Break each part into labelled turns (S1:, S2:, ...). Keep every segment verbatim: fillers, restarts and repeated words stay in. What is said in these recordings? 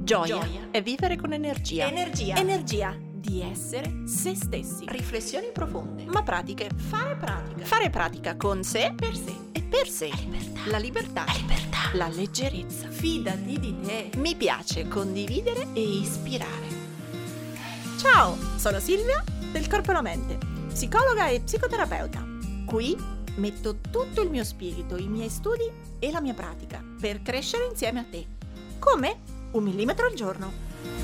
S1: Gioia, Gioia è vivere con energia.
S2: Energia.
S1: Energia.
S2: Di essere se stessi.
S1: Riflessioni profonde,
S2: ma pratiche.
S1: Fare pratica.
S2: Fare pratica con sé,
S1: per sé
S2: e per sé.
S1: La libertà.
S2: La libertà.
S1: La libertà.
S2: La leggerezza.
S1: Fidati di te.
S2: Mi piace condividere
S1: e ispirare.
S2: Ciao, sono Silvia del Corpo e la Mente, psicologa e psicoterapeuta. Qui metto tutto il mio spirito, i miei studi e la mia pratica per crescere insieme a te. Come? Un millimetro al giorno.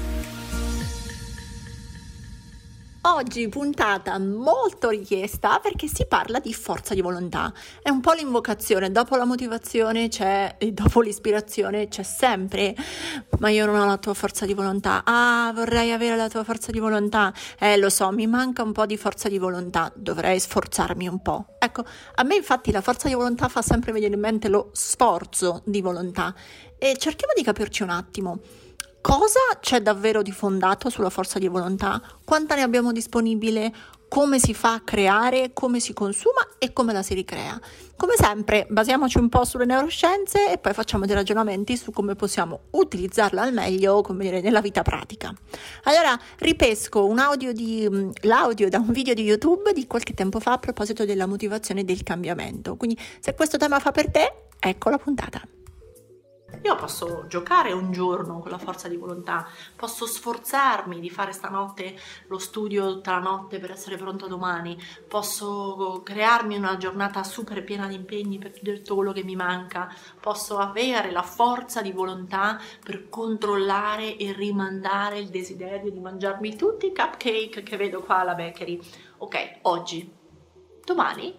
S2: Oggi puntata molto richiesta perché si parla di forza di volontà. È un po' l'invocazione, dopo la motivazione c'è, e dopo l'ispirazione c'è sempre, ma io non ho la tua forza di volontà. Ah, vorrei avere la tua forza di volontà. Eh, lo so, mi manca un po' di forza di volontà, dovrei sforzarmi un po'. Ecco, a me infatti la forza di volontà fa sempre venire in mente lo sforzo di volontà e cerchiamo di capirci un attimo. Cosa c'è davvero di fondato sulla forza di volontà? Quanta ne abbiamo disponibile? Come si fa a creare? Come si consuma? E come la si ricrea? Come sempre, basiamoci un po' sulle neuroscienze e poi facciamo dei ragionamenti su come possiamo utilizzarla al meglio, come dire, nella vita pratica. Allora, ripesco un audio di, l'audio da un video di YouTube di qualche tempo fa a proposito della motivazione e del cambiamento. Quindi, se questo tema fa per te, ecco la puntata.
S1: Io posso giocare un giorno con la forza di volontà, posso sforzarmi di fare stanotte lo studio tutta la notte per essere pronta domani, posso crearmi una giornata super piena di impegni per tutto quello che mi manca, posso avere la forza di volontà per controllare e rimandare il desiderio di mangiarmi tutti i cupcake che vedo qua alla bakery. Ok, oggi, domani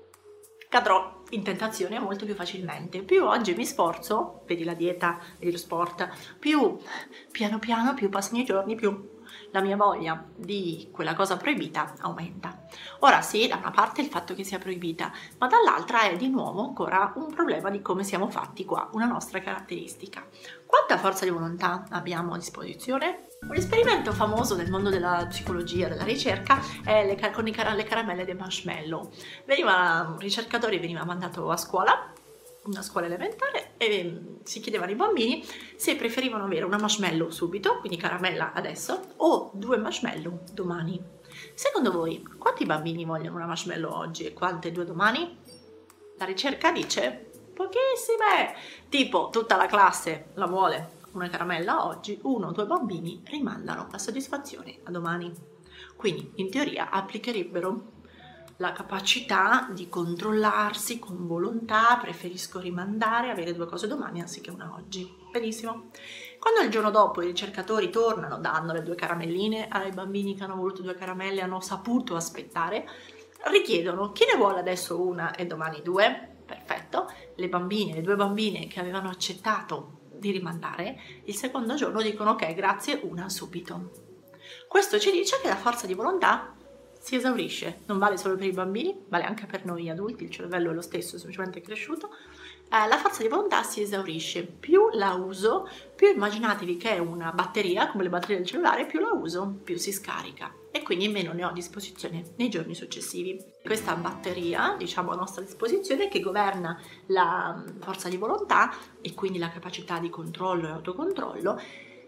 S1: cadrò in tentazione molto più facilmente. Più oggi mi sforzo, vedi la dieta, vedi lo sport, più piano piano, più passano i giorni, più la mia voglia di quella cosa proibita aumenta. Ora sì, da una parte il fatto che sia proibita, ma dall'altra è di nuovo ancora un problema di come siamo fatti qua, una nostra caratteristica. Quanta forza di volontà abbiamo a disposizione? Un esperimento famoso nel mondo della psicologia, della ricerca, è le, con i car- le caramelle dei marshmallow. Veniva, un ricercatore veniva mandato a scuola, una scuola elementare, e si chiedevano ai bambini se preferivano avere una marshmallow subito, quindi caramella adesso, o due marshmallow domani. Secondo voi, quanti bambini vogliono una marshmallow oggi e quante due domani? La ricerca dice pochissime, tipo tutta la classe la vuole una caramella oggi, uno o due bambini rimandano la soddisfazione a domani. Quindi in teoria applicherebbero la capacità di controllarsi con volontà, preferisco rimandare, avere due cose domani anziché una oggi. Benissimo. Quando il giorno dopo i ricercatori tornano, danno le due caramelline ai bambini che hanno voluto due caramelle e hanno saputo aspettare, richiedono chi ne vuole adesso una e domani due. Perfetto. Le bambine, le due bambine che avevano accettato di rimandare, il secondo giorno dicono ok, grazie, una subito. Questo ci dice che la forza di volontà si esaurisce, non vale solo per i bambini, vale anche per noi adulti, il cervello è lo stesso, è semplicemente cresciuto. Eh, la forza di volontà si esaurisce, più la uso, più immaginatevi che è una batteria, come le batterie del cellulare, più la uso, più si scarica e quindi meno ne ho a disposizione nei giorni successivi. Questa batteria, diciamo, a nostra disposizione che governa la forza di volontà e quindi la capacità di controllo e autocontrollo,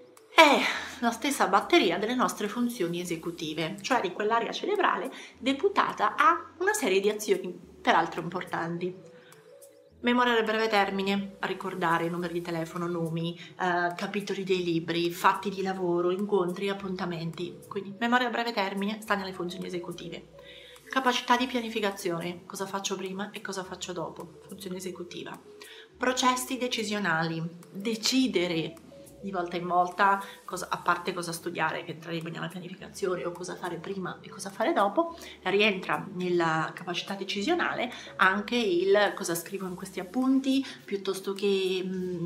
S1: è la stessa batteria delle nostre funzioni esecutive, cioè di quell'area cerebrale deputata a una serie di azioni peraltro importanti. Memoria a breve termine, a ricordare numeri di telefono, nomi, eh, capitoli dei libri, fatti di lavoro, incontri, appuntamenti. Quindi memoria a breve termine sta nelle funzioni esecutive. Capacità di pianificazione, cosa faccio prima e cosa faccio dopo, funzione esecutiva. Processi decisionali, decidere di volta in volta, cosa, a parte cosa studiare che entrerebbe nella pianificazione o cosa fare prima e cosa fare dopo, rientra nella capacità decisionale anche il cosa scrivo in questi appunti piuttosto che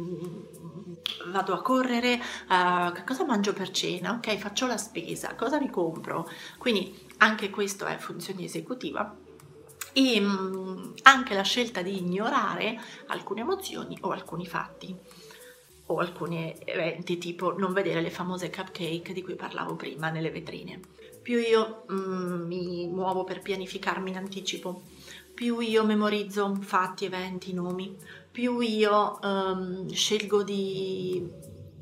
S1: mh, vado a correre, uh, che cosa mangio per cena, ok, faccio la spesa, cosa mi compro, quindi anche questo è funzione esecutiva. E mh, anche la scelta di ignorare alcune emozioni o alcuni fatti o alcuni eventi, tipo non vedere le famose cupcake di cui parlavo prima nelle vetrine. Più io mm, mi muovo per pianificarmi in anticipo, più io memorizzo fatti, eventi, nomi, più io um, scelgo di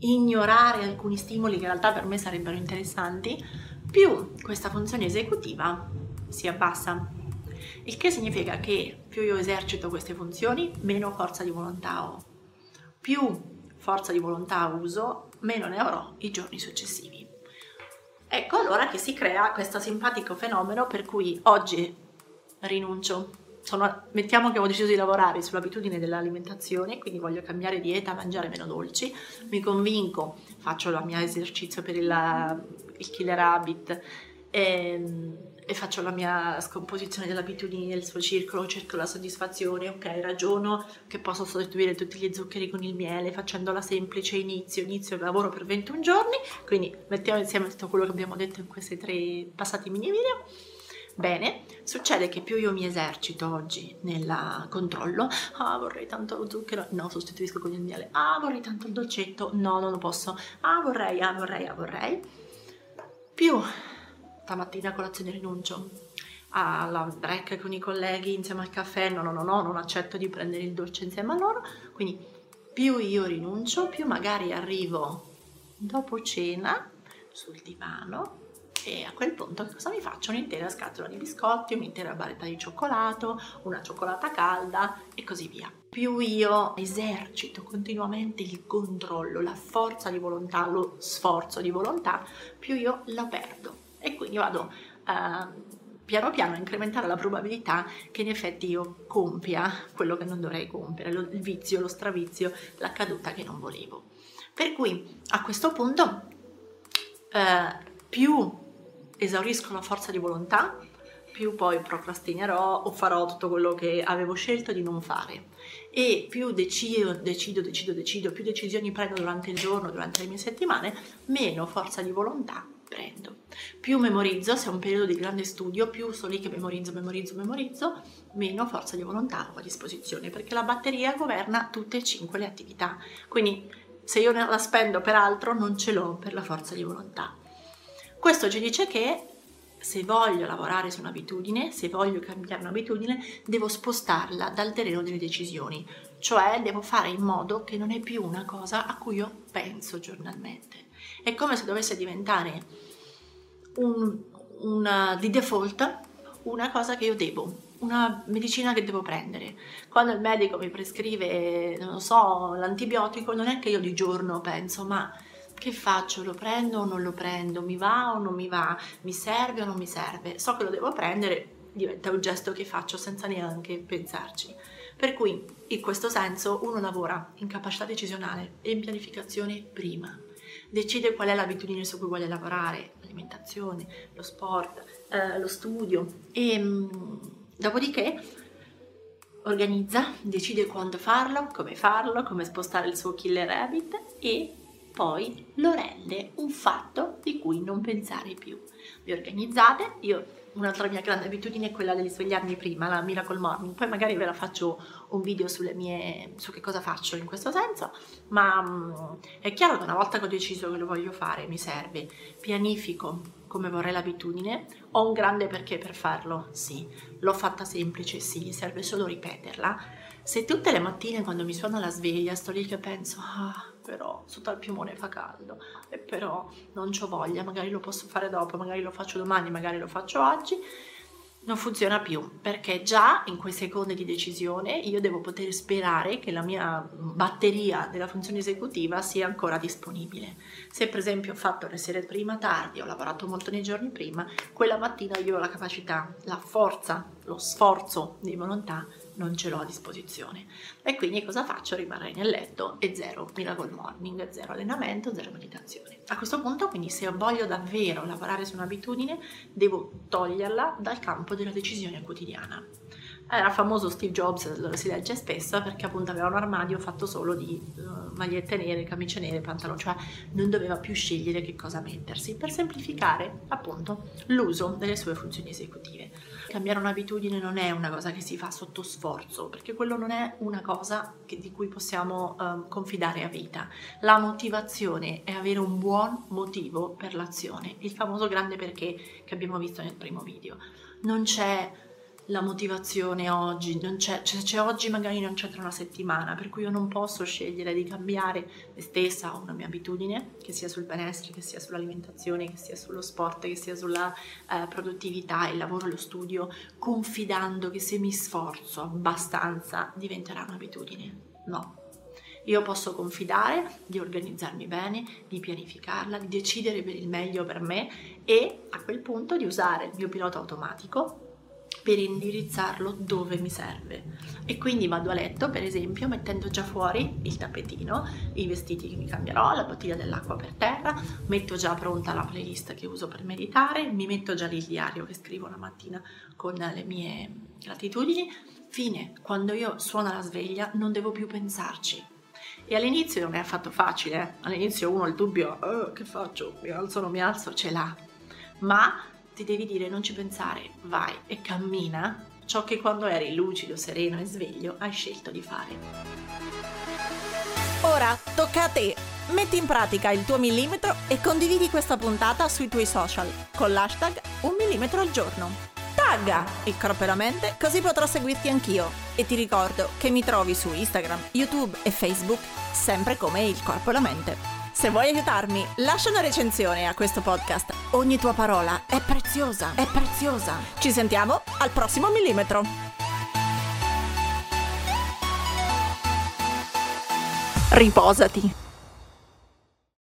S1: ignorare alcuni stimoli che in realtà per me sarebbero interessanti, più questa funzione esecutiva si abbassa. Il che significa che più io esercito queste funzioni, meno forza di volontà ho. Più forza di volontà uso, meno ne avrò i giorni successivi. Ecco allora che si crea questo simpatico fenomeno per cui oggi rinuncio. Sono, mettiamo che ho deciso di lavorare sull'abitudine dell'alimentazione, quindi voglio cambiare dieta, mangiare meno dolci, mi convinco, faccio il mio esercizio per il, il killer habit e, e faccio la mia scomposizione delle abitudini nel suo circolo, cerco la soddisfazione, ok, ragiono che posso sostituire tutti gli zuccheri con il miele facendola semplice, inizio, inizio il lavoro per ventuno giorni, quindi mettiamo insieme tutto quello che abbiamo detto in questi tre passati mini video. Bene, succede che più io mi esercito oggi nel controllo, ah vorrei tanto lo zucchero, no sostituisco con il miele, ah vorrei tanto il dolcetto, no non lo posso, ah vorrei, ah vorrei, ah vorrei, più stamattina a colazione rinuncio, alla break con i colleghi insieme al caffè, no no no no, non accetto di prendere il dolce insieme a loro, quindi più io rinuncio, più magari arrivo dopo cena sul divano, e a quel punto cosa mi faccio? Un'intera scatola di biscotti, un'intera barretta di cioccolato, una cioccolata calda e così via. Più io esercito continuamente il controllo, la forza di volontà, lo sforzo di volontà, più io la perdo e quindi vado uh, piano piano a incrementare la probabilità che in effetti io compia quello che non dovrei compiere, lo, il vizio, lo stravizio, la caduta che non volevo. Per cui a questo punto uh, più esaurisco la forza di volontà, più poi procrastinerò o farò tutto quello che avevo scelto di non fare e più decido, decido, decido, decido, più decisioni prendo durante il giorno, durante le mie settimane, meno forza di volontà prendo. Più memorizzo, se è un periodo di grande studio, più sto lì che memorizzo, memorizzo, memorizzo, meno forza di volontà ho a disposizione perché la batteria governa tutte e cinque le attività. Quindi se io la spendo per altro non ce l'ho per la forza di volontà. Questo ci dice che se voglio lavorare su un'abitudine, se voglio cambiare un'abitudine, devo spostarla dal terreno delle decisioni, cioè devo fare in modo che non è più una cosa a cui io penso giornalmente. È come se dovesse diventare un, una, di default una cosa che io devo, una medicina che devo prendere. Quando il medico mi prescrive, non so, l'antibiotico, non è che io di giorno penso, ma che faccio? Lo prendo o non lo prendo? Mi va o non mi va? Mi serve o non mi serve? So che lo devo prendere, diventa un gesto che faccio senza neanche pensarci. Per cui, in questo senso, uno lavora in capacità decisionale e in pianificazione prima. Decide qual è l'abitudine su cui vuole lavorare, l'alimentazione, lo sport, eh, lo studio e mh, dopodiché organizza, decide quando farlo, come farlo, come spostare il suo killer habit e poi lo rende un fatto di cui non pensare più. Vi organizzate, io un'altra mia grande abitudine è quella di svegliarmi prima, la Miracle Morning, poi magari ve la faccio un video sulle mie, su che cosa faccio in questo senso, ma mh, è chiaro che una volta che ho deciso che lo voglio fare, mi serve, pianifico come vorrei l'abitudine, ho un grande perché per farlo, sì, l'ho fatta semplice, sì, serve solo ripeterla. Se tutte le mattine quando mi suona la sveglia sto lì che penso, ah, però sotto al piumone fa caldo, e però non c'ho voglia, magari lo posso fare dopo, magari lo faccio domani, magari lo faccio oggi, non funziona più, perché già in quei secondi di decisione io devo poter sperare che la mia batteria della funzione esecutiva sia ancora disponibile. Se per esempio ho fatto le sere prima tardi, ho lavorato molto nei giorni prima, quella mattina io ho la capacità, la forza, lo sforzo di volontà non ce l'ho a disposizione e quindi cosa faccio? Rimarrei nel letto e zero Miracle Morning, zero allenamento, zero meditazione. A questo punto quindi se voglio davvero lavorare su un'abitudine devo toglierla dal campo della decisione quotidiana. Era famoso Steve Jobs, lo si legge spesso perché appunto aveva un armadio fatto solo di uh, magliette nere, camicie nere, pantaloni, cioè non doveva più scegliere che cosa mettersi per semplificare appunto l'uso delle sue funzioni esecutive. Cambiare un'abitudine non è una cosa che si fa sotto sforzo, perché quello non è una cosa che, di cui possiamo uh, confidare a vita. La motivazione è avere un buon motivo per l'azione, il famoso grande perché che abbiamo visto nel primo video. Non c'è la motivazione oggi non c'è, cioè c'è oggi magari non c'è tra una settimana, per cui io non posso scegliere di cambiare me stessa o una mia abitudine, che sia sul benessere, che sia sull'alimentazione, che sia sullo sport, che sia sulla eh, produttività, il lavoro, lo studio, confidando che se mi sforzo abbastanza diventerà un'abitudine. No. Io posso confidare di organizzarmi bene, di pianificarla, di decidere per il meglio per me e a quel punto di usare il mio pilota automatico per indirizzarlo dove mi serve. E quindi vado a letto, per esempio, mettendo già fuori il tappetino, i vestiti che mi cambierò, la bottiglia dell'acqua per terra, metto già pronta la playlist che uso per meditare, mi metto già lì il diario che scrivo la mattina con le mie gratitudini. Fine, quando io suona la sveglia non devo più pensarci. E all'inizio non è affatto facile, eh? All'inizio uno il dubbio, oh, che faccio? Mi alzo o non mi alzo? Ce l'ha. Ma ti devi dire, non ci pensare, vai e cammina ciò che quando eri lucido, sereno e sveglio hai scelto di fare.
S2: Ora tocca a te. Metti in pratica il tuo millimetro e condividi questa puntata sui tuoi social con l'hashtag un millimetro al giorno. Tagga il corpo e la mente, così potrò seguirti anch'io. E ti ricordo che mi trovi su Instagram, YouTube e Facebook sempre come il corpo e la mente. Se vuoi aiutarmi, lascia una recensione a questo podcast. Ogni tua parola è preziosa, è preziosa. Ci sentiamo al prossimo millimetro. Riposati.